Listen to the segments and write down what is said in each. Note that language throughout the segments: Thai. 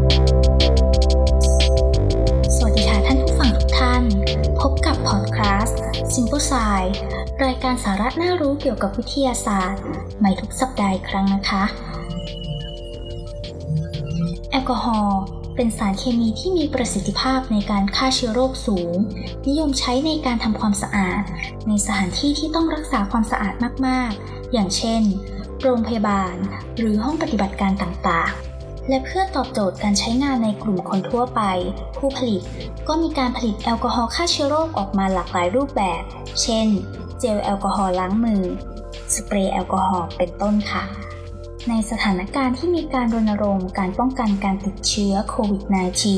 สวัสดีค่ะท่านผู้ฟังทุกท่านพบกับพอดแคสต์ Simple Science รายการสาระน่ารู้เกี่ยวกับวิทยาศาสตร์ใหม่ทุกสัปดาห์อีกครั้งนะคะแอลกอฮอล์เป็นสารเคมีที่มีประสิทธิภาพในการฆ่าเชื้อโรคสูงนิยมใช้ในการทำความสะอาดในสถานที่ที่ต้องรักษาความสะอาดมากๆอย่างเช่นโรงพยาบาลหรือห้องปฏิบัติการต่างๆและเพื่อตอบโจทย์การใช้งานในกลุ่มคนทั่วไปผู้ผลิตก็มีการผลิตแอลกอฮอล์ฆ่าเชื้อโรคออกมาหลากหลายรูปแบบเช่นเจลแอลกอฮอล์ล้างมือสเปรย์แอลกอฮอล์เป็นต้นค่ะในสถานการณ์ที่มีการรณรงค์การป้องกันการติดเชื้อโควิด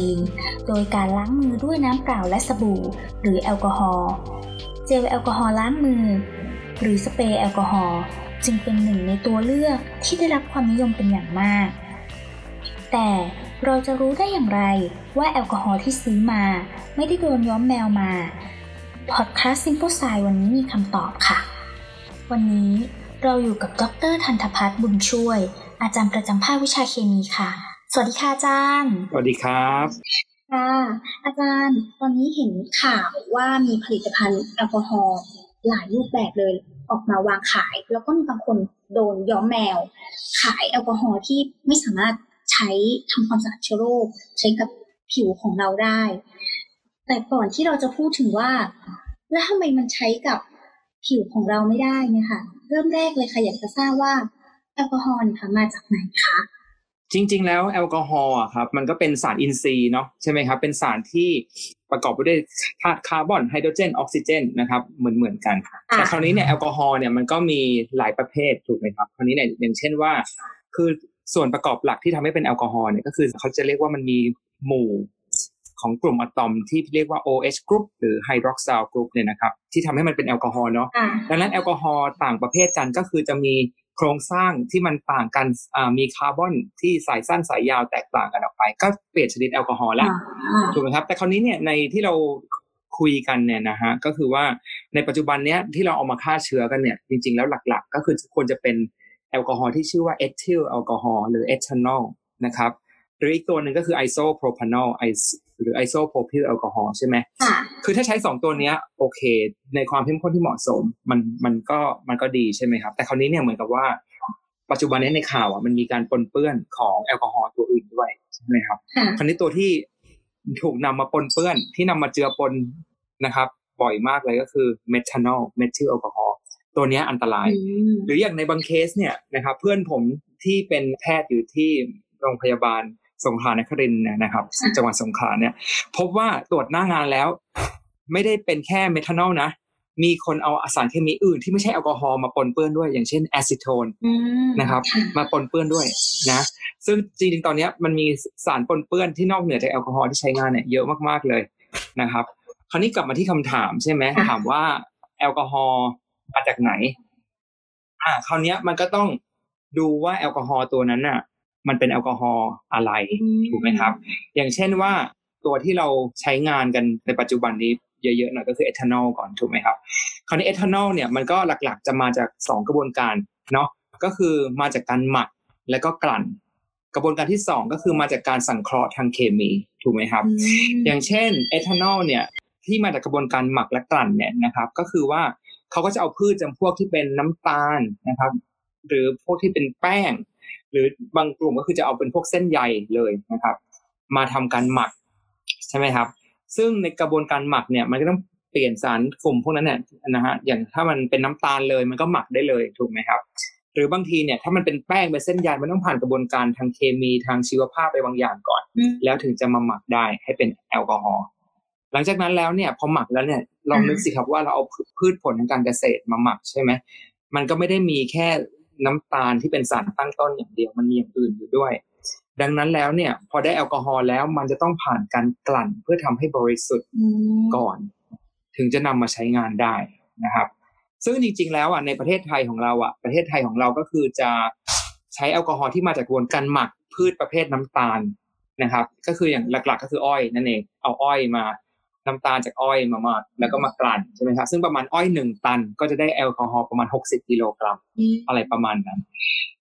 -19 โดยการล้างมือด้วยน้ำเปล่าและสบู่หรือแอลกอฮอล์เจลแอลกอฮอล์ล้างมือหรือสเปรย์แอลกอฮอล์จึงเป็นหนึ่งในตัวเลือกที่ได้รับความนิยมเป็นอย่างมากแต่เราจะรู้ได้อย่างไรว่าแอลกอฮอล์ที่ซื้อมาไม่ได้โดนย้อมแมวมาพอดแคสต์ Simple Science วันนี้มีคำตอบค่ะวันนี้เราอยู่กับดร.ธันธภัทร บุญช่วยอาจารย์ประจำภาควิชาเคมีค่ะสวัสดีค่ะอาจารย์สวัสดีครับค่ะอาจารย์ตอนนี้เห็นข่าวว่ามีผลิตภัณฑ์แอลกอฮอล์หลายรูปแบบเลยออกมาวางขายแล้วก็มีบางคนโดนย้อมแมวขายแอลกอฮอล์ที่ไม่สามารถใช้ทำความสะอาดเชื้อโรคใช้กับผิวของเราได้แต่ก่อนที่เราจะพูดถึงว่าแล้วทำไมมันใช้กับผิวของเราไม่ได้เนี่ยค่ะเริ่มแรกเลยค่ะอยากจะทราบว่าแอลกอฮอล์ค่ะมาจากไหนคะจริงๆแล้วแอลกอฮอล์อ่ะครับมันก็เป็นสารอินทรีย์เนาะใช่ไหมครับเป็นสารที่ประกอบไปด้วยธาตุคาร์บอนไฮโดรเจนออกซิเจนนะครับเหมือนกันแต่คราวนี้เนี่ยแอลกอฮอล์เนี่ยมันก็มีหลายประเภทถูกไหมครับคราวนี้เนี่ยอย่างเช่นว่าคือส่วนประกอบหลักที่ทำให้เป็นแอลกอฮอล์เนี่ยก็คือเขาจะเรียกว่ามันมีหมู่ของกลุ่มอะตอมที่เรียกว่า OH group หรือ hydroxyl group เนี่ยนะครับที่ทำให้มันเป็นแอลกอฮอล์เนาะดังนั้นแอลกอฮอล์ต่างประเภทกันก็คือจะมีโครงสร้างที่มันต่างกันมีคาร์บอนที่สายสั้นสายยาวแตกต่างกันออกไปก็เปลี่ยนชนิดแอลกอฮอล์แล้วถูกไหมครับแต่คราวนี้เนี่ยในที่เราคุยกันเนี่ยนะฮะก็คือว่าในปัจจุบันเนี้ยที่เราเอามาฆ่าเชื้อกันเนี่ยจริงๆแล้วหลักๆก็คือควรจะเป็นแอลกอฮอล์ที่ชื่อว่าเอทิลแอลกอฮอล์หรือเอทานอลนะครับหรืออีกตัวหนึ่งก็คือไอโซโพรพานอลหรือไอโซโพรพิลแอลกอฮอล์ใช่ไหมคือถ้าใช้2ตัวนี้โอเคในความเข้มข้นที่เหมาะสมมันก็ดีใช่ไหมครับแต่คราวนี้เนี่ยเหมือนกับว่าปัจจุบันนี้ในข่าวอ่ะมันมีการปนเปื้อนของแอลกอฮอล์ตัวอื่นด้วยใช่ไหมครับคราวนี้ตัวที่ถูกนำมาปนเปื้อนที่นำมาเจือปนนะครับบ่อยมากเลยก็คือเมทานอลเมทิลแอลกอฮอล์ตัวนี้อันตรายหรืออย่างในบางเคสเนี่ยนะครับเพื่อนผมที่เป็นแพทย์อยู่ที่โรงพยาบาลสงขลานครินทร์นะครับจังหวัดสงขลาเนี่ยพบว่าตรวจหน้างานแล้วไม่ได้เป็นแค่เมทานอลนะมีคนเอาสารเคมีอื่นที่ไม่ใช่แอลกอฮอล์มาปนเปื้อนด้วยอย่างเช่นอะซิโทนนะครับมาปนเปื้อนด้วยนะซึ่งจริงๆตอนนี้มันมีสารปนเปื้อนที่นอกเหนือจากแอลกอฮอล์ที่ใช้งานเนี่ยเยอะมากๆเลยนะครับคราวนี้กลับมาที่คำถามใช่ไหมถามว่าแอลกอฮอล์มาจากไหนคราวนี้มันก็ต้องดูว่าแอลกอฮอล์ตัวนั้นน่ะมันเป็นแอลกอฮอล์อะไรถูกไหมครับอย่างเช่นว่าตัวที่เราใช้งานกันในปัจจุบันนี้เยอะๆหน่อยก็คือเอทานอลก่อนถูกไหมครับคราวนี้เอทานอลเนี่ยมันก็หลักๆจะมาจาก2กระบวนการเนาะก็คือมาจากการหมักและก็กลั่นกระบวนการที่2ก็คือมาจากการสังเคราะห์ทางเคมีถูกไหมครับอย่างเช่นเอทานอลเนี่ยที่มาจากกระบวนการหมักและกลั่นเนี่ยนะครับก็คือว่าเขาก็จะเอาพืชจำพวกที่เป็นน้ำตาลนะครับหรือพวกที่เป็นแป้งหรือบางกลุ่มก็คือจะเอาเป็นพวกเส้นใยเลยนะครับมาทำการหมักใช่ไหมครับซึ่งในกระบวนการหมักเนี่ยมันก็ต้องเปลี่ยนสารกลุ่มพวกนั้นเนี่ยนะฮะอย่างถ้ามันเป็นน้ำตาลเลยมันก็หมักได้เลยถูกไหมครับหรือบางทีเนี่ยถ้ามันเป็นแป้งเป็นเส้นใยมันต้องผ่านกระบวนการทางเคมีทางชีวภาพไปบางอย่างก่อนแล้วถึงจะมาหมักได้ให้เป็นแอลกอฮอล์หลังจากนั้นแล้วเนี่ยพอหมักแล้วเนี่ยลองนึกสิครับว่าเราเอาพืชผลทางการเกษตรมาหมักใช่ไหมมันก็ไม่ได้มีแค่น้ำตาลที่เป็นสารตั้งต้นอย่างเดียวมันมีอย่างอื่นอยู่ด้วยดังนั้นแล้วเนี่ยพอได้แอลกอฮอล์แล้วมันจะต้องผ่านการกลั่นเพื่อทำให้บริสุทธิ์ก่อนถึงจะนำมาใช้งานได้นะครับซึ่งจริงๆแล้วในประเทศไทยของเราประเทศไทยของเราก็คือจะใช้แอลกอฮอล์ที่มาจากกระบวนการหมักพืชประเภทน้ำตาลนะครับก็คืออย่างหลักๆก็คืออ้อยนั่นเองเอาอ้อยมาน้ำตาลจากอ้อยมาหมักแล้วก็มากลั่นใช่ไหมครับซึ่งประมาณอ้อย1 ตันก็จะได้แอลกอฮอล์ประมาณ60 กิโลกรัมอะไรประมาณนั้น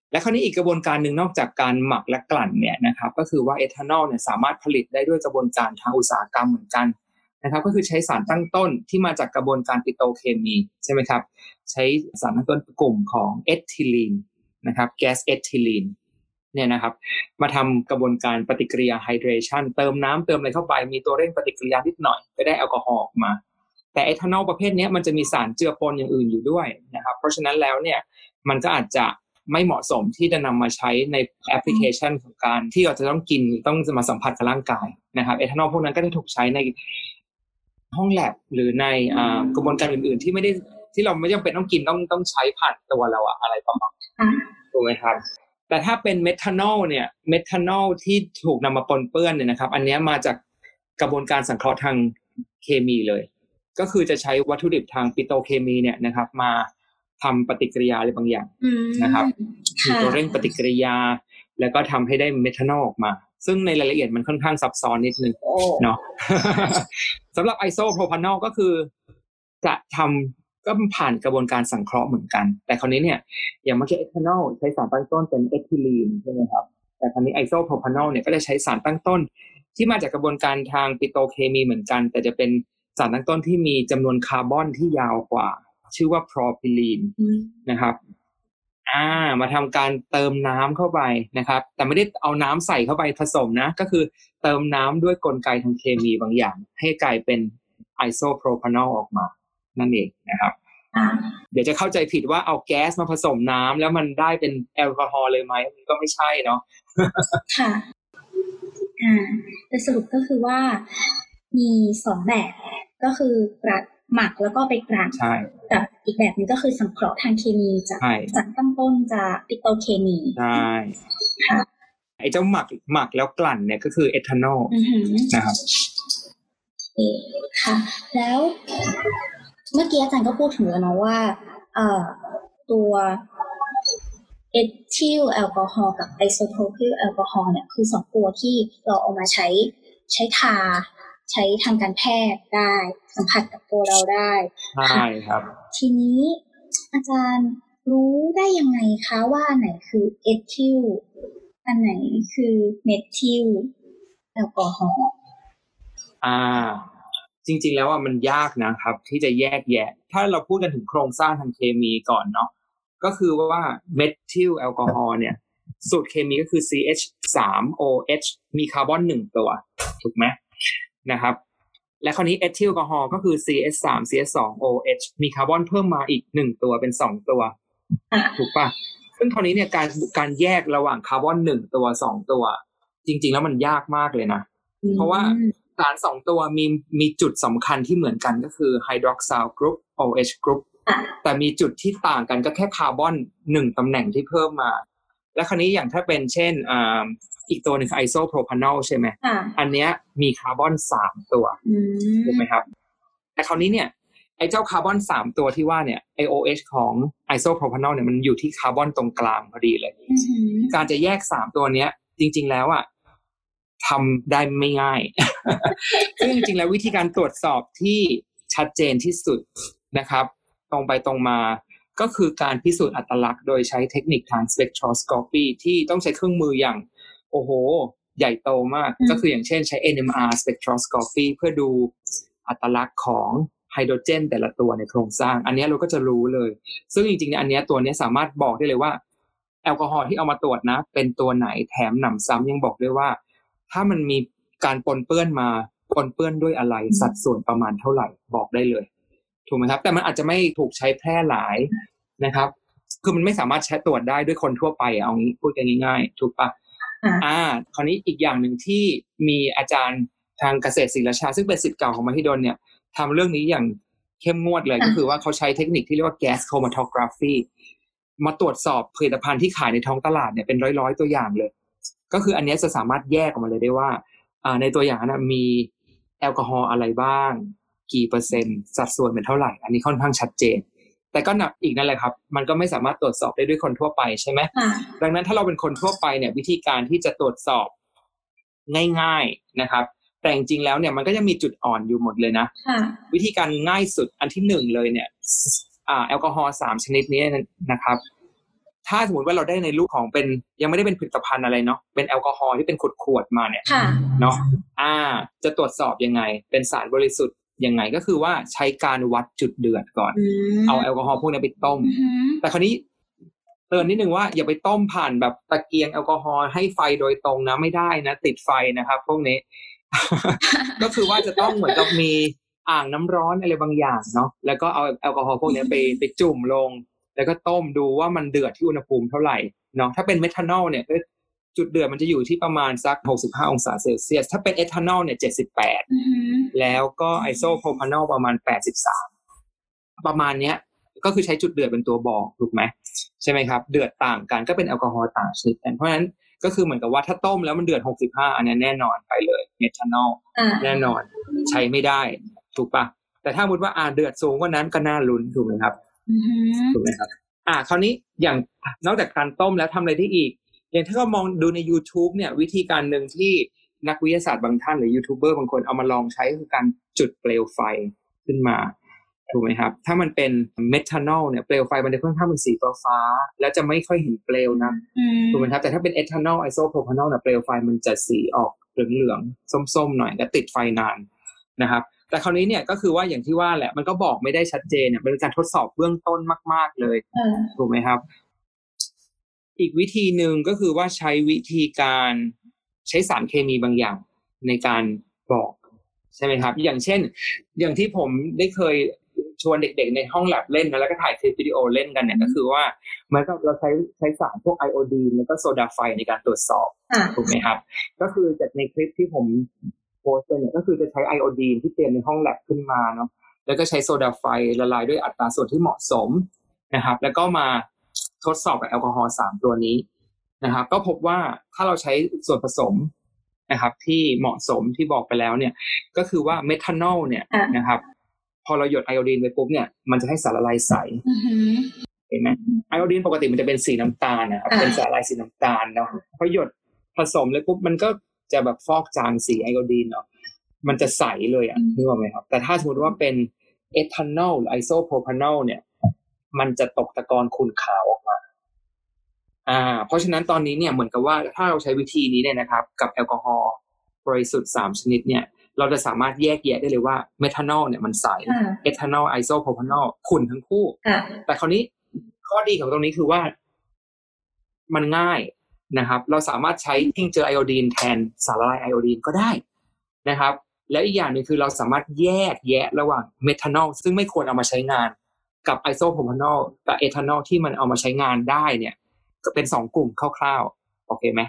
และคราวนี้อีกกระบวนการหนึ่งนอกจากการหมักและกลั่นเนี่ยนะครับก็คือว่าเอทานอลเนี่ยสามารถผลิตได้ด้วยกระบวนการทางอุตสาหกรรมเหมือนกันนะครับก็คือใช้สารตั้งต้นที่มาจากกระบวนการปิโตรเคมีใช่ไหมครับใช้สารตั้งต้นกลุ่มของเอทิลีนนะครับแก๊สเอทิลีนเนี่ยนะครับมาทำกระบวนการปฏิกิริยาไฮเดรชันเติมน้ำเติมอะไรเข้าไปมีตัวเร่งปฏิกิริยานิดหน่อยก็ได้แอลกอฮอล์ออกมาแต่เอทานอลประเภทนี้มันจะมีสารเจือปนอย่างอื่นอยู่ด้วยนะครับเพราะฉะนั้นแล้วเนี่ยมันก็อาจจะไม่เหมาะสมที่จะนำมาใช้ในแอปพลิเคชันของการที่เราจะต้องกินต้องมาสัมผัสกับร่างกายนะครับเอทานอลพวกนั้นก็จะถูกใช้ในห้องแลบหรือในกระบวนการอื่นๆที่ไม่ได้ที่เราไม่จำเป็นต้องกินต้องใช้ผ่านตัวเราอะไรประมาณถูกไหมครับแต่ถ้าเป็นเมทานอลเนี่ยเมทานอลที่ถูกนำมาปนเปื้อนเนี่ยนะครับอันนี้มาจากกระบวนการสังเคราะห์ทางเคมีเลยก็คือจะใช้วัตถุดิบทางปิโตรเคมีเนี่ยนะครับมาทำปฏิกิริยาอะไรบางอย่างนะครับมีตัวเร่งปฏิกิริยาแล้วก็ทำให้ได้เมทานอลออกมาซึ่งในรายละเอียดมันค่อนข้างซับซ้อนนิดนึงเนาะ สำหรับไอโซโพรพานอลก็คือจะทำก็ผ่านกระบวนการสังเคราะห์เหมือนกันแต่คราวนี้เนี่ยอย่างเมื่อกี้เอทานอลใช้สารตั้งต้นเป็นเอทิลีนใช่ไหมครับแต่คราวนี้ไอโซโพรพานอลเนี่ยก็จะใช้สารตั้งต้นที่มาจากกระบวนการทางปิโตรเคมีเหมือนกันแต่จะเป็นสารตั้งต้นที่มีจำนวนคาร์บอนที่ยาวกว่าชื่อว่าโพรพิลีนนะครับมาทำการเติมน้ำเข้าไปนะครับแต่ไม่ได้เอาน้ำใส่เข้าไปผสมนะก็คือเติมน้ำด้วยกลไกทางเคมีบางอย่างให้กลายเป็นไอโซโพรพานอลออกมานั่นเองนะครับเดี๋ยวจะเข้าใจผิดว่าเอาแก๊สมาผสมน้ำแล้วมันได้เป็นแอลกอฮอล์เลยไหมมันก็ไม่ใช่เนาะค่ะแต่สรุปก็คือว่ามี2แบบก็คือกลั่นหมักแล้วก็ไปกลั่นกับอีกแบบนึงก็คือสังเคราะห์ทางเคมีจากตั้งต้นจากปิโตรเคมีใช่ค่ะไอ้เจ้าหมักแล้วกลั่นเนี่ยก็คือเอทานอลนะครับค่ะแล้วเมื่อกี้อาจารย์ก็พูดถึงแล้วนะว่าตัวเอทิลแอลกอฮอล์กับไอโซโพรพิลแอลกอฮอล์เนี่ยคือ2ตัวที่เราเอามาใช้ทาใช้ทางการแพทย์ได้สัมผัสกับตัวเราได้ใช่ครับทีนี้อาจารย์รู้ได้ยังไงคะว่าอันไหนคือเอทิลอันไหนคือเมทิลแอลกอฮอล์จริงๆแล้วมันยากนะครับที่จะแยกแยะถ้าเราพูดกันถึงโครงสร้างทางเคมีก่อนเนาะก็คือว่าเมทิลแอลกอฮอล์เนี่ยสูตรเคมีก็คือ CH3OH มีคาร์บอน1ตัวถูกไหมนะครับและคราวนี้เอทิลแอลกอฮอล์ก็คือ CH3CH2OH มีคาร์บอนเพิ่มมาอีก1ตัวเป็น2ตัวถูกป่ะซึ่งคราวนี้เนี่ยการแยกระหว่างคาร์บอน1ตัว2ตัวจริงๆแล้วมันยากมากเลยนะเพราะว่าสาร2ตัวมีจุดสำคัญที่เหมือนกันก็คือไฮดรอกซิลกรุ๊ป OH กรุ๊ปแต่มีจุดที่ต่างกันก็แค่คาร์บอน1ตำแหน่งที่เพิ่มมาและคราวนี้อย่างถ้าเป็นเช่นอีกตัวนึงคือไอโซโพรพานอลใช่ไหมอันเนี้ยมีคาร์บอน3ตัวถูกไหมครับแต่คราวนี้เนี่ยไอ้เจ้าคาร์บอน3ตัวที่ว่าเนี่ยไอ OH ของไอโซโพรพานอลเนี่ยมันอยู่ที่คาร์บอนตรงกลางพอดีเลยการจะแยก3ตัวเนี้ยจริงๆแล้วทำได้ไม่ง่าย ซึ่งจริงๆแล้ววิธีการตรวจสอบที่ชัดเจนที่สุดนะครับตรงไปตรงมาก็คือการพิสูจน์อัตลักษณ์โดยใช้เทคนิคทาง spectroscopy ที่ต้องใช้เครื่องมืออย่างโอ้โหใหญ่โตมากก็คืออย่างเช่นใช้ NMR spectroscopy เพื่อดูอัตลักษณ์ของไฮโดรเจนแต่ละตัวในโครงสร้างอันนี้เราก็จะรู้เลยซึ่งจริงๆอันนี้ตัวนี้สามารถบอกได้เลยว่าแอลกอฮอล์ที่เอามาตรวจนะเป็นตัวไหนแถมหนำซ้ำยังบอกด้วยว่าถ้ามันมีการปนเปื้อนมาปนเปื้อนด้วยอะไรสัดส่วนประมาณเท่าไหร่บอกได้เลยถูกไหมครับแต่มันอาจจะไม่ถูกใช้แพร่หลายนะครับคือมันไม่สามารถใช้ตรวจได้ด้วยคนทั่วไปเอางี้พูดกันง่ายๆถูกปะคราวนี้อีกอย่างหนึ่งที่มีอาจารย์ทางเกษตรศิลชาซึ่งเป็นศิษย์เก่าของมหิดลเนี่ยทำเรื่องนี้อย่างเข้มงวดเลยก็คือว่าเขาใช้เทคนิคที่เรียกว่า gas chromatography มาตรวจสอบผลิตภัณฑ์ที่ขายในท้องตลาดเนี่ยเป็นร้อยๆตัวอย่างเลยก็คืออันนี้จะสามารถแยกออกมาเลยได้ว่าในตัวอย่างนั้นมีแอลกอฮอล์อะไรบ้างกี่เปอร์เซ็นต์สัดส่วนเป็นเท่าไหร่อันนี้ค่อนข้างชัดเจนแต่ก็หนักอีกนั่นแหละครับมันก็ไม่สามารถตรวจสอบได้ด้วยคนทั่วไปใช่ไหมดังนั้นถ้าเราเป็นคนทั่วไปเนี่ยวิธีการที่จะตรวจสอบง่ายๆนะครับแต่จริงๆแล้วเนี่ยมันก็จะมีจุดอ่อนอยู่หมดเลยนะวิธีการง่ายสุดอันที่1เลยเนี่ยแอลกอฮอล์3ชนิดนี้นะครับถ้าสมมติว่าเราได้ในรูปของเป็นยังไม่ได้เป็นผลิตภัณฑ์อะไรเนาะเป็นแอลกอฮอล์ที่เป็นขวดๆมาเนี่ยเนาะจะตรวจสอบยังไงเป็นสารบริสุทธิ์ยังไงก็คือว่าใช้การวัดจุดเดือดก่อนเอาแอลกอฮอล์พวกนี้ไปต้มแต่คราวนี้เตือนนิดนึงว่าอย่าไปต้มผ่านแบบตะเกียงแอลกอฮอล์ให้ไฟโดยตรงนะไม่ได้นะติดไฟนะครับพวกนี้ ก็คือว่าจะต้องเหมือนกับมีอ่างน้ำร้อนอะไรบางอย่างเนาะแล้วก็เอาแอลกอฮอล์พวกนี้ไปจุ่มลงแล้วก็ต้มดูว่ามันเดือดที่อุณหภูมิเท่าไหร่เนาะถ้าเป็นเมทานอลเนี่ยจุดเดือดมันจะอยู่ที่ประมาณสัก65องศาเซลเซียสถ้าเป็นเอทานอลเนี่ย78แล้วก็ไอโซโพรพานอลประมาณ83ประมาณเนี้ยก็คือใช้จุดเดือดเป็นตัวบอกถูกไหมใช่ไหมครับเดือดต่างกันก็เป็นแอลกอฮอล์ต่างชนิดกันเพราะฉะนั้นก็คือเหมือนกับว่าถ้าต้มแล้วมันเดือด65อันนี้แน่นอนไปเลยเมทานอลแน่นอนใช้ไม่ได้ถูกปะแต่ถ้าสมมติว่าเดือดสูงกว่านั้นก็น่าลุ้นถูกไหมครับถูกไหมครับคราวนี้อย่างนอกจากการต้มแล้วทำอะไรได้อีกอย่างถ้าเรามองดูใน YouTube เนี่ยวิธีการหนึ่งที่นักวิทยาศาสตร์บางท่านหรือยูทูบเบอร์บางคนเอามาลองใช้คือการจุดเปลวไฟขึ้นมาถูกไหมครับถ้ามันเป็นเมทานอลเนี่ยเปลวไฟมันจะค่อนข้างเป็นสีฟ้าแล้วจะไม่ค่อยเห็นเปลวนะถูกไหมครับแต่ถ้าเป็นเอทานอลไอโซโพรพานอลเนี่ยเปลวไฟมันจะสีออกเหลืองๆส้มๆหน่อยและติดไฟนานนะครับแต่คราวนี้เนี่ยก็คือว่าอย่างที่ว่าแหละมันก็บอกไม่ได้ชัดเจนเนี่ยเป็นการทดสอบเบื้องต้นมากๆเลยถูกไหมครับอีกวิธีหนึ่งก็คือว่าใช้วิธีการใช้สารเคมีบางอย่างในการบอกใช่ไหมครับอย่างเช่นอย่างที่ผมได้เคยชวนเด็กๆในห้องแลบเล่นนะแล้วก็ถ่ายคลิปวิดีโอเล่นกันเนี่ยก็คือว่าเหมือนกับเราใช้สารพวกไอโอดีนแล้วก็โซดาไฟในการตรวจสอบถูกไหมครับก็คือจากในคลิปที่ผมโพสต์เนี่ยก็คือจะใช้ไอโอดีนที่เตรียมในห้องแลบขึ้นมาเนาะแล้วก็ใช้โซดาไฟละลายด้วยอัตราส่วนที่เหมาะสมนะครับแล้วก็มาทดสอบกับแอลกอฮอล์3ตัวนี้นะครับก็พบว่าถ้าเราใช้ส่วนผสมนะครับที่เหมาะสมที่บอกไปแล้วเนี่ยก็คือว่าเมทานอลเนี่ยนะครับพอเราหยดไอโอดีนไปปุ๊บเนี่ยมันจะให้สารละลายใสเห็นไหมไอโอดีนปกติมันจะเป็นสีน้ำตาลนะครับเป็นสารละลายสีน้ำตาลเนาะพอหยดผสมเลยปุ๊บมันก็จะแบบฟอกจางสีไอโอดีนเนาะมันจะใสเลยนึกออกไหมครับแต่ถ้าสมมติว่าเป็นเอทานอลหรือไอโซโพรพานอลเนี่ยมันจะตกตะกอนขุ่นขาวออกมาเพราะฉะนั้นตอนนี้เนี่ยเหมือนกับว่าถ้าเราใช้วิธีนี้เนี่ยนะครับกับแอลกอฮอล์บริสุทธิ์3ชนิดเนี่ยเราจะสามารถแยกแยะได้เลยว่าเมทานอลเนี่ยมันใสเอทานอลไอโซโพรพานอลขุ่นทั้งคู่แต่คราวนี้ข้อดีของตรงนี้คือว่ามันง่ายนะครับเราสามารถใช้ทิงเจอไอโอดีนแทนสารละลายไอโอดีนก็ได้นะครับแล้วอีกอย่างนึงคือเราสามารถแยกแยะระหว่างเมทานอลซึ่งไม่ควรเอามาใช้งานกับไอโซโพรพานอลกับเอทานอลที่มันเอามาใช้งานได้เนี่ยก็เป็น2กลุ่มคร่าวๆโอเคไหม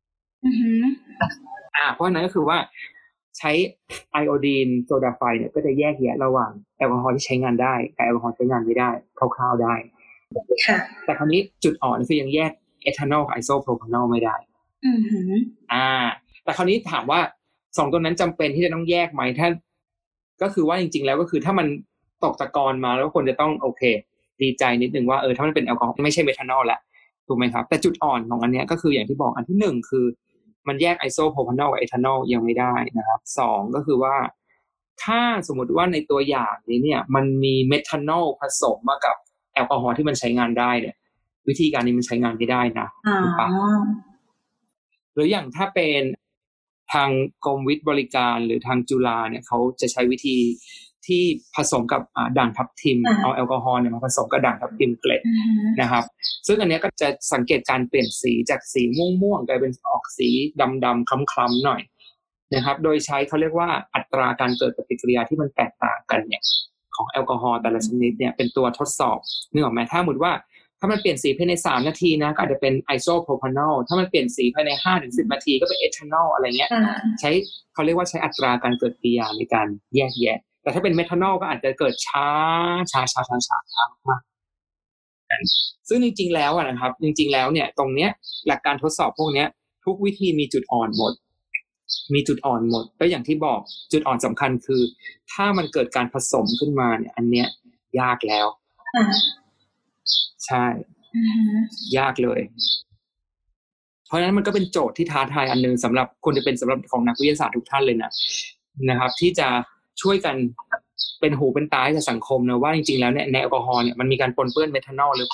เพราะฉะนั้นก็คือว่าใช้ไอโอดีนโซดาไฟเนี่ยก็จะแยกแยะระหว่างแอลกอฮอล์ที่ใช้งานได้กับแอลกอฮอล์ใช้งานไม่ได้คร่าวๆได้แต่คราวนี้จุดอ่อนคือยังแยกเอทานอลกับไอโซโพรพานอลไม่ได้แต่คราวนี้ถามว่า2ตัวนั้นจำเป็นที่จะต้องแยกไหมถ้าก็คือว่าจริงๆแล้วก็คือถ้ามันตกตะกอนมาแล้วควรจะต้องโอเคดีใจนิดนึงว่าถ้ามันเป็นแอลกอฮอล์ไม่ใช่เมทานอลแล้วถูกไหมครับแต่จุดอ่อนของอันนี้ก็คืออย่างที่บอกอันที่1คือมันแยกไอโซโพรพานอลกับเอทานอลยังไม่ได้นะครับ2ก็คือว่าถ้าสมมติว่าในตัวอย่างนี้เนี่ยมันมีเมทานอลผสมมากับแอลกอฮอล์ที่มันใช้งานได้เนี่ยวิธีการนี้มันใช้งานไม่ได้นะถูกปะหรืออย่างถ้าเป็นทางกรมวิทย์บริการหรือทางจุฬาเนี่ยเขาจะใช้วิธีที่ผสมกับด่างทับทิมเอาแอลกอฮอล์เนี่ยมาผสมกับด่างทับทิมเกล็ดนะครับซึ่งอันนี้ก็จะสังเกตการเปลี่ยนสีจากสีม่วงๆกลายเป็นออกสีดำๆคล้ำๆหน่อยนะครับโดยใช้เขาเรียกว่าอัตราการเกิดปฏิกิริยาที่มันแตกต่างกันเนี่ยของแอลกอฮอล์แต่ละชนิดเนี่ยเป็นตัวทดสอบนึกออกไหมถ้าสมมติว่าถ้ามันเปลี่ยนสีภายใน3นาทีนะก็อาจจะเป็นไอโซโพรพานอลถ้ามันเปลี่ยนสีภายใน 5-10 นาทีก็เป็นเอทานอลอะไรเงี้ยใช้เขาเรียกว่าใช้อัตราการเกิดปฏิกิริยาในการแยกแยะแต่ถ้าเป็นเมทานอลก็อาจจะเกิดช้ามากซึ่งจริงๆแล้วนะครับจริงๆแล้วเนี่ยตรงเนี้ยหลักการทดสอบพวกเนี้ยทุกวิธีมีจุดอ่อนหมดก็อย่างที่บอกจุดอ่อนสำคัญคือถ้ามันเกิดการผสมขึ้นมาเนี่ยอันเนี้ยยากแล้วใช่ยากเลยเพราะฉะนั้นมันก็เป็นโจทย์ที่ท้าทายอันนึงสำหรับคนจะเป็นสำหรับของนักวิทยาศาสตร์ทุกท่านเลยนะครับที่จะช่วยกันเป็นหูเป็นตาให้กับสังคมนะว่าจริงๆแล้วเนี่ยในแอลกอฮอล์เนี่ยมันมีการปนเปื้อนเมทานอลหรือเปล่า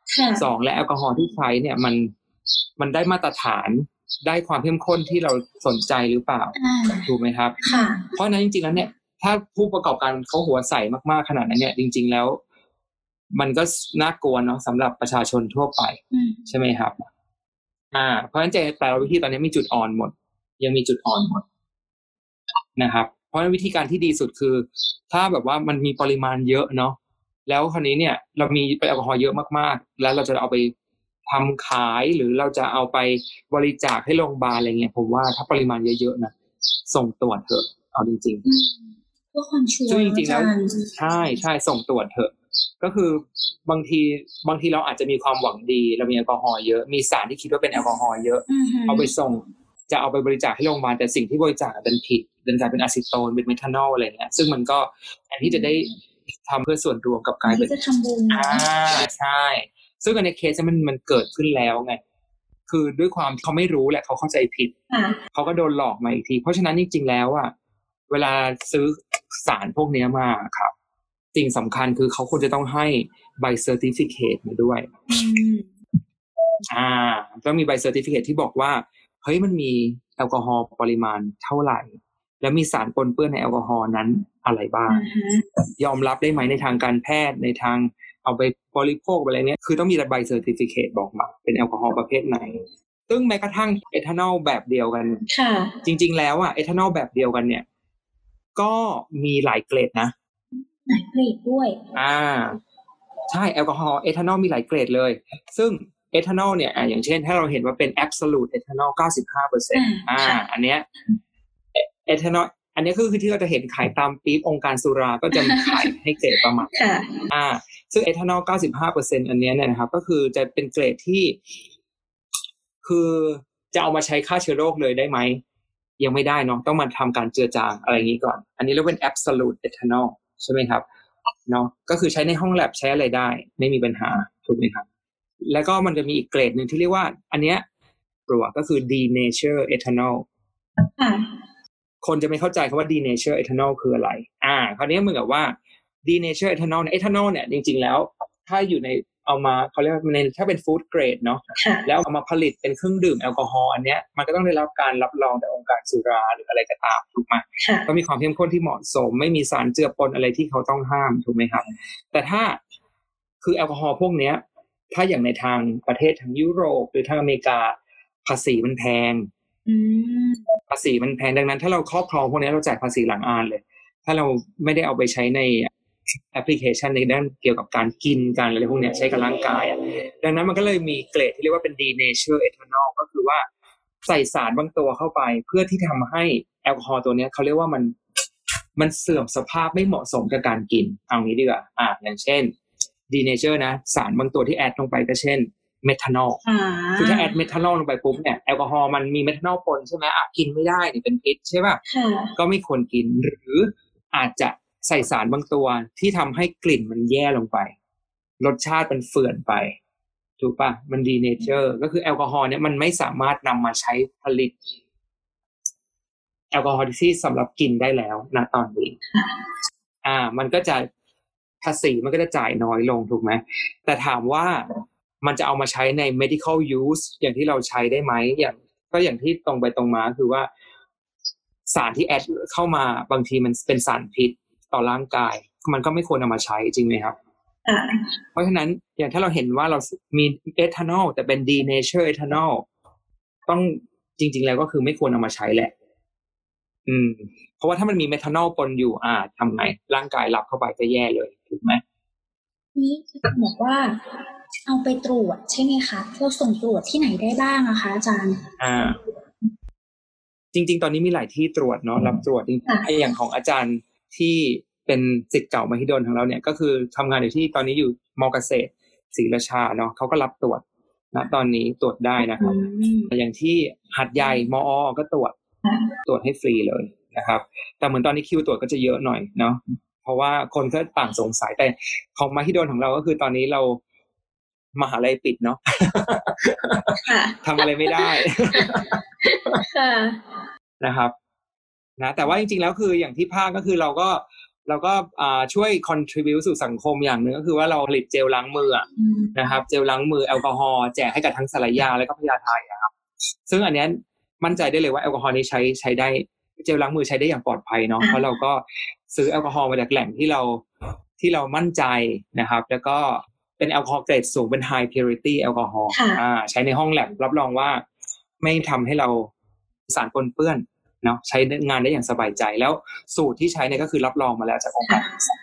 2และแอลกอฮอล์ที่ใช้เนี่ยมันได้มาตรฐานได้ความเข้มข้นที่เราสนใจหรือเปล่าถูกไหมครับเพราะนั้นจริงๆแล้วเนี่ยถ้าผู้ประกอบการเขาหัวใสมากๆขนาดนั้นเนี่ยจริงๆแล้วมันก็น่ากลัวเนาะสำหรับประชาชนทั่วไปใช่ไหมครับเพราะฉะนั้นแต่ละวิธีตอนนี้มีจุดอ่อนหมดยังมีจุดอ่อนหมดนะครับเพราะฉะนั้นวิธีการที่ดีสุดคือถ้าแบบว่ามันมีปริมาณเยอะเนาะแล้วคราวนี้เนี่ยเรามีแอลกอฮอล์เยอะมากๆแล้วเราจะเอาไปทำขายหรือเราจะเอาไปบริจาคให้โรงพยาบาลอะไรเงี้ยผมว่าถ้าปริมาณเยอะๆนะส่งตรวจเถอะเอาจริงๆเพื่อความชัวร์ซึ่งจริงๆแล้วใช่ส่งตรวจเถอะก็คือบางทีเราอาจจะมีความหวังดีเรามีแอลกอฮอล์เยอะมีสารที่คิดว่าเป็นแอลกอฮอล์เยอะเอาไปส่งจะเอาไปบริจาคให้โรงพยาบาลแต่สิ่งที่บริจาคเป็นผิดเป็นกลายเป็นอะซิโตนเป็นเมทานอลอะไรเงี้ยซึ่งมันก็แทนที่จะได้ทำเพื่อส่วนรวมกับกลายเป็นจะทำบุญใช่ซึ่งในเคสมันเกิดขึ้นแล้วไงคือด้วยความเขาไม่รู้แหละเขาเข้าใจผิดเขาก็โดนหลอกมาอีกทีเพราะฉะนั้นจริงๆแล้วเวลาซื้อสารพวกนี้มาครับสิ่งสำคัญคือเขาควรจะต้องให้ใบเซอร์ติฟิเคตมาด้วยต้องมีใบเซอร์ติฟิเคตที่บอกว่าเฮ้ยมันมีแอลกอฮอล์ปริมาณเท่าไหร่แล้วมีสารปนเปื้อนในแอลกอฮอล์นั้นอะไรบ้างยอมรับได้ไหมในทางการแพทย์ในทางเอาไปบริโภคอะไรเนี้ยคือต้องมีใบเซอร์ติฟิเคตบอกมาเป็นแอลกอฮอล์ประเภทไหนซึ่งแม้กระทั่งเอทานอลแบบเดียวกันจริงๆแล้วเอทานอลแบบเดียวกันเนี่ยก็มีหลายเกรดนะหลายเกรดด้วยใช่แอลกอฮอล์เอทานอลมีหลายเกรดเลยซึ่งเอทานอลเนี่ยอย่างเช่นถ้าเราเห็นว่าเป็น absolute เอทานอล 95% อันเนี้ยเอทานอลอันนี้คือที่เราจะเห็นขายตามปี๊บองค์การสุราก็จะขายให้เกรดประมาณซึ่งเอทานอล 95% อันนี้เนี่ยนะครับก็คือจะเป็นเกรดที่คือจะเอามาใช้ฆ่าเชื้อโรคเลยได้ไหมยังไม่ได้เนาะต้องมาทำการเจือจางอะไรอย่างนี้ก่อนอันนี้เรียกเป็น absolute ethanol ใช่ไหมครับเนาะก็คือใช้ในห้องแลบใช้อะไรได้ไม่มีปัญหาถูกไหมครับแล้วก็มันจะมีอีกเกรดหนึ่งที่เรียกว่าอันเนี้ยตัวก็คือ denature ethanol คนจะไม่เข้าใจคำว่า denature ethanol คืออะไรคราวนี้เหมือนกับว่า denature ethanol เนี่ย ethanol เนี่ยจริงๆแล้วถ้าอยู่ในเอามาเขาเรียกว่าถ้าเป็นฟู้ดเกรดเนาะแล้วเอามาผลิตเป็นเครื่องดื่มแอลกอฮอล์อันเนี้ยมันก็ต้องได้รับการรับรองจากองค์การสุราหรืออะไรก็ตามถูกไหมต้องมีความเข้มข้นที่เหมาะสมไม่มีสารเจือปนอะไรที่เขาต้องห้ามถูกไหมครับแต่ถ้าคือแอลกอฮอล์พวกเนี้ยถ้าอย่างในทางประเทศทางยุโรปหรือทางอเมริกาภาษีมันแพงภาษีมันแพงดังนั้นถ้าเราครอบครองพวกนี้เราจ่ายภาษีหลังอ่านเลยถ้าเราไม่ได้เอาไปใช้ในแอปพลิเคชันในด้านเกี่ยวกับการกินการอะไรพวกนี้ใช้กับร่างกายดังนั้นมันก็เลยมีเกรดที่เรียกว่าเป็น denature ethanol ก็คือว่าใส่สารบางตัวเข้าไปเพื่อที่ทำให้แอลกอฮอล์ตัวนี้เขาเรียกว่ามันเสื่อมสภาพไม่เหมาะสมกับการกินเอางี้ดีกว่าอย่างเช่น denature นะสารบางตัวที่แอดลงไปก็เช่นเมทานอลคือถ้าแอดเมทานอลลงไปปุ๊บเนี่ยแอลกอฮอล์มันมีเมทานอลปนใช่ไหมกินไม่ได้นี่เป็นพิษใช่ป่ะก็ไม่ควรกินหรืออาจจะใส่สารบางตัวที่ทำให้กลิ่นมันแย่ลงไปรสชาติมันเฟื่อนไปถูกป่ะมันดีเนเจอร์ก็คือแอลกอฮอล์เนี่ยมันไม่สามารถนำมาใช้ผลิตแอลกอฮอล์ที่สำหรับกินได้แล้วณตอนนี้มันก็จะภาษีมันก็จะจ่ายน้อยลงถูกไหมแต่ถามว่ามันจะเอามาใช้ใน medical use อย่างที่เราใช้ได้ไหมอย่างที่ตรงไปตรงมาคือว่าสารที่แอดเข้ามาบางทีมันเป็นสารพิษต่อร่างกายมันก็ไม่ควรเอามาใช้จริงไหมครับเพราะฉะนั้นอย่างถ้าเราเห็นว่าเรามีเอทานอลแต่เป็น denature ethanol ต้องจริงๆแล้วก็คือไม่ควรเอามาใช้แหละเพราะว่าถ้ามันมีเมทานอลปนอยู่ทำไงร่างกายรับเข้าไปก็แย่เลยถูกไหมนี่บอกว่าเอาไปตรวจใช่ไหมคะเราส่งตรวจที่ไหนได้บ้างอะคะอาจารย์จริงๆตอนนี้มีหลายที่ตรวจเนาะรับตรวจจริงๆอย่างของอาจารย์ที่เป็นศิษย์เก่ามหิดลของเราเนี่ยก็คือทำงานอยู่ที่ตอนนี้อยู่ม.เกษตรศรีราชาเนาะเขาก็รับตรวจนะตอนนี้ตรวจได้นะครับอย่างที่หาดใหญ่มอ.ก็ตรวจให้ฟรีเลยนะครับแต่เหมือนตอนนี้คิวตรวจก็จะเยอะหน่อยเนาะเพราะว่าคนก็ต่างสงสัยแต่ของมหิดลของเราก็คือตอนนี้เรามหาลัยปิดเนาะทำอะไรไม่ได้นะครับนะแต่ว่าจริงๆแล้วคืออย่างที่ภาคก็คือเราก็แล้วก็ช่วย contribute สู่สังคมอย่างหนึ่งก็คือว่าเราผลิตเจลล้างมือนะครับเจลล้างมือแอลกอฮอล์แจกให้กับทั้งสารยาและก็พญาไทครับซึ่งอันนี้มั่นใจได้เลยว่าแอลกอฮอล์นี้ใช้ได้เจลล้างมือใช้ได้อย่างปลอดภัยเนาะเพราะเราก็ซื้อแอลกอฮอล์มาจากแหล่งที่เรามั่นใจนะครับแล้วก็เป็นแอลกอฮอล์เกรดสูงเป็น high purity แอลกอฮอล์ใช้ในห้องแลบรับรองว่าไม่ทำให้เราสารปนเปื้อนเนาะใช้งานได้อย่างสบายใจแล้วสูตรที่ใช้เนี่ยก็คือรับรองมาแล้วจากองค์การ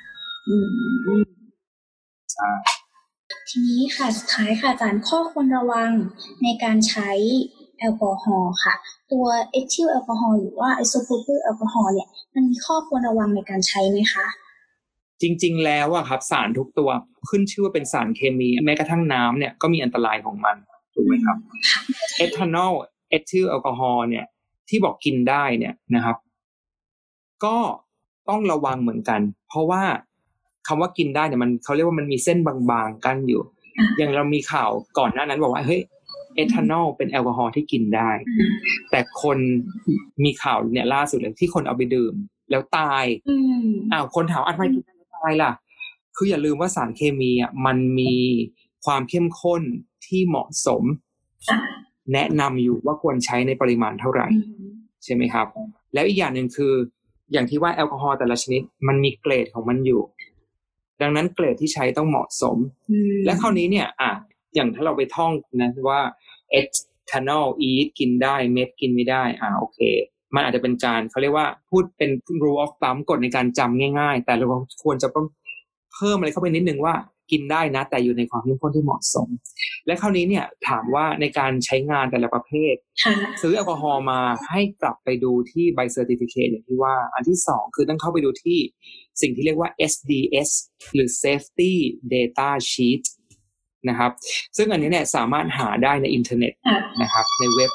ใช่ทีนี้ค่ะสุดท้ายค่ะอาจารย์ข้อควรระวังในการใช้แอลกอฮอล์ค่ะตัวเอทิลแอลกอฮอล์หรือว่าไอโซโพรพิลแอลกอฮอล์เนี่ยมันมีข้อควรระวังในการใช้ไหมคะจริงๆแล้วอะครับสารทุกตัวขึ้นชื่อว่าเป็นสารเคมีแม้กระทั่งน้ำเนี่ยก็มีอันตรายของมันถูกไหมครับเอทานอลเอทิลแอลกอฮอล์เนี่ยที่บอกกินได้เนี่ยนะครับก็ต้องระวังเหมือนกันเพราะว่าคำว่ากินได้เนี่ยมันเขาเรียกว่ามันมีเส้นบางๆกั้นอยู่อย่างเรามีข่าวก่อนหน้านั้นบอกว่าเฮ้ยเอทานอลเป็นแอลกอฮอล์ที่กินได้แต่มีข่าวเนี่ยล่าสุดเลยที่คนเอาไปดื่มแล้วตายคนถามทำไมกินได้แล้วตายล่ะคืออย่าลืมว่าสารเคมีอ่ะมันมีความเข้มข้นที่เหมาะสมแนะนำอยู่ว่าควรใช้ในปริมาณเท่าไหร่ใช่ไหมครับแล้วอีกอย่างหนึ่งคืออย่างที่ว่าแอลกอฮอล์แต่ละชนิดมันมีเกรดของมันอยู่ดังนั้นเกรดที่ใช้ต้องเหมาะสมและคราวนี้เนี่ยอย่างถ้าเราไปท่องนะว่าเอทานอลกินได้เม็ดกินไม่ได้โอเคมันอาจจะเป็นการเขาเรียกว่าพูดเป็น rule of thumb กฎในการจำง่ายๆแต่เราควรจะต้องเพิ่มอะไรเข้าไปนิดนึงว่ากินได้นะแต่อยู่ในความเข้มข้นที่เหมาะสมและคราวนี้เนี่ยถามว่าในการใช้งานแต่ละประเภทซื้อแอลกอฮอล์มาให้กลับไปดูที่ใบเซอร์ติฟิเคทอย่างที่ว่าอันที่สองคือต้องเข้าไปดูที่สิ่งที่เรียกว่า SDS หรือ Safety Data Sheet นะครับซึ่งอันนี้เนี่ยสามารถหาได้ในอินเทอร์เน็ตนะครับในเว็บ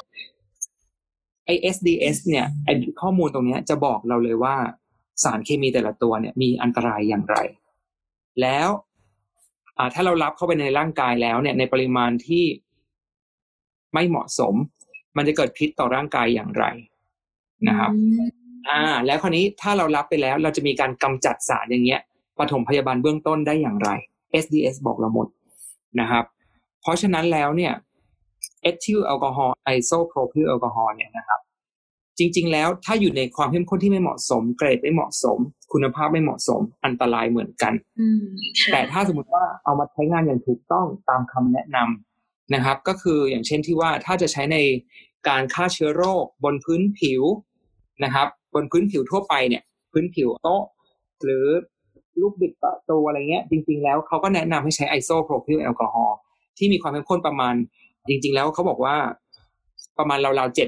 SDS เนี่ยข้อมูลตรงนี้จะบอกเราเลยว่าสารเคมีแต่ละตัวเนี่ยมีอันตรายอย่างไรแล้วถ้าเรารับเข้าไปในร่างกายแล้วเนี่ยในปริมาณที่ไม่เหมาะสมมันจะเกิดพิษต่อร่างกายอย่างไรนะครับแล้วคราวนี้ถ้าเรารับไปแล้วเราจะมีการกำจัดสารอย่างเงี้ยปฐมพยาบาลเบื้องต้นได้อย่างไร SDS บอกเราหมดนะครับเพราะฉะนั้นแล้วเนี่ยเอทิลแอลกอฮอล์ไอโซโพรพิลแอลกอฮอล์เนี่ยนะครับจริงๆแล้วถ้าอยู่ในความเข้มข้นที่ไม่เหมาะสมเกรดไม่เหมาะสมคุณภาพไม่เหมาะสมอันตรายเหมือนกันแต่ถ้าสมมติว่าเอามาใช้งานอย่างถูกต้องตามคำแนะนำนะครับก็คืออย่างเช่นที่ว่าถ้าจะใช้ในการฆ่าเชื้อโรคบนพื้นผิวนะครับบนพื้นผิวทั่วไปเนี่ยพื้นผิวโต๊ะหรือลูกบิดประตูอะไรเงี้ยจริงๆแล้วเขาก็แนะนำให้ใช้ไอโซโพรพิลแอลกอฮอล์ที่มีความเข้มข้นประมาณจริงๆแล้วเขาบอกว่าประมาณราวๆ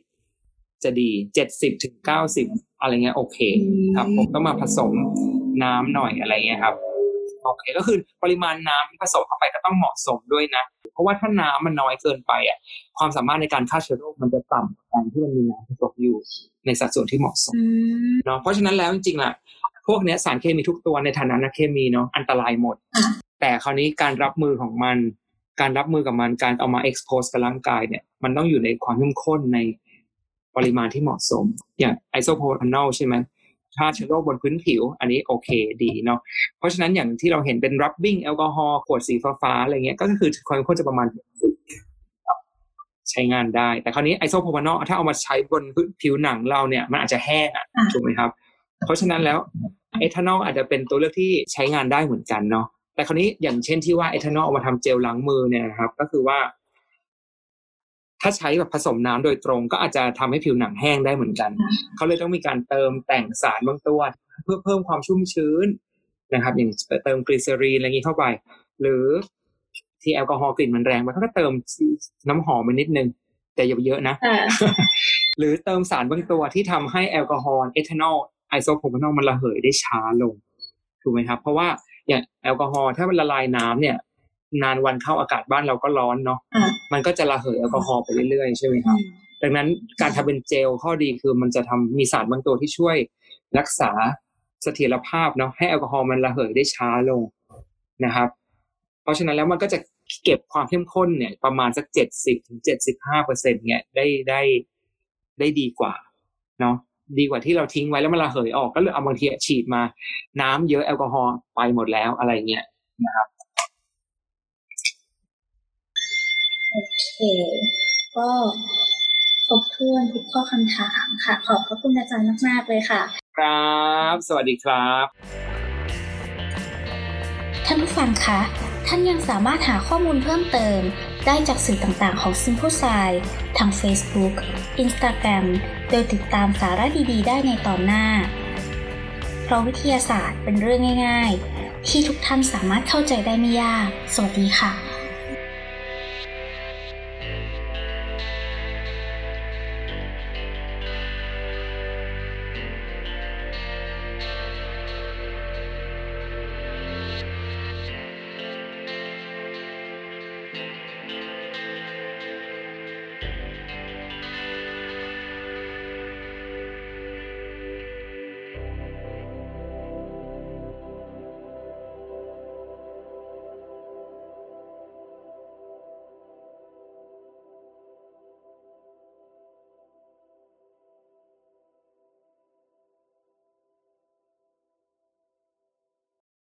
70จะดี70ถึง90อะไรเงี้ยโอเคครับผมต้องมาผสมน้ำหน่อยอะไรเงี้ยครับโอเคก็คือปริมาณน้ำที่ผสมเข้าไปก็ต้องเหมาะสมด้วยนะเพราะว่าถ้าน้ำมันน้อยเกินไปความสามารถในการฆ่าเชื้อโรคมันจะต่ำกว่าการที่มันมีน้ำผสมอยู่ในสัดส่วนที่เหมาะสมเนาะเพราะฉะนั้นแล้วจริงๆล่ะพวกนี้สารเคมีทุกตัวในฐานะนักเคมีเนาะอันตรายหมดแต่คราวนี้การรับมือของมันการรับมือกับมันการเอามา expose กับร่างกายเนี่ยมันต้องอยู่ในความเข้มข้นในปริมาณที่เหมาะสมอย่างไอโซโพรพิลใช่ไหมฆ่าเชื้อโรคบนพื้นผิวอันนี้โอเคดีเนาะเพราะฉะนั้นอย่างที่เราเห็นเป็น rubbing แอลกอฮอล์ขวดสีฟ้าๆอะไรเงี้ยก็คือความเข้มข้นจะประมาณใช้งานได้แต่คราวนี้ไอโซโพรพิลถ้าเอามาใช้บนผิวหนังเราเนี่ยมันอาจจะแห้งถูกไหมครับเพราะฉะนั้นแล้วเอทานอลอาจจะเป็นตัวเลือกที่ใช้งานได้เหมือนกันเนาะแต่คราวนี้อย่างเช่นที่ว่าเอทานอลเอามาทำเจลล้างมือเนี่ยนะครับก็คือว่าถ้าใช้แบบผสมน้ำโดยตรงก็อาจจะทำให้ผิวหนังแห้งได้เหมือนกันเขาเลยต้องมีการเติมแต่งสารบางตัวเพื่อเพิ่มความชุ่มชื้นนะครับอย่างเติมกลีเซอรีนอะไรอย่างนี้เข้าไปหรือที่แอลกอฮอล์กลิ่นมันแรงไปเขาก็เติมน้ำหอมไปนิดนึงแต่อย่าเยอะนะ หรือเติมสารบางตัวที่ทำให้แอลกอฮอล์เอทานอลไอโซโพรพิลมันระเหยได้ช้าลงถูกไหมครับเพราะว่าอย่างแอลกอฮอล์ถ้ามันละลายน้ำเนี่ยนานวันเข้าอากาศบ้านเราก็ร้อนเนาะมันก็จะระเหยแอลกอฮอล์ไปเรื่อยๆใช่ไหมครับดังนั้นการทำเป็นเจลข้อดีคือมันจะมีสารบางตัวที่ช่วยรักษาเสถียรภาพเนาะให้แอลกอฮอล์มันระเหยได้ช้าลงนะครับเพราะฉะนั้นแล้วมันก็จะเก็บความเข้มข้นเนี่ยประมาณสัก70-75%เนี่ยได้ดีกว่าเนาะดีกว่าที่เราทิ้งไว้แล้วมันระเหยออกก็เลยเอาบางทีฉีดมาน้ำเยอะแอลกอฮอล์ไปหมดแล้วอะไรเงี้ยนะครับโอเคก็ครบถ้วนทุกข้อคำถามค่ะขอบพระคุณอาจารย์มากๆเลยค่ะครับสวัสดีครับท่านผู้ฟังคะท่านยังสามารถหาข้อมูลเพิ่มเติมได้จากสื่อต่างๆของ Simple Science ทาง Facebook Instagram โดยติดตามสาระดีๆได้ในตอนหน้าเพราะวิทยาศาสตร์เป็นเรื่องง่ายๆที่ทุกท่านสามารถเข้าใจได้ไม่ยากสวัสดีค่ะ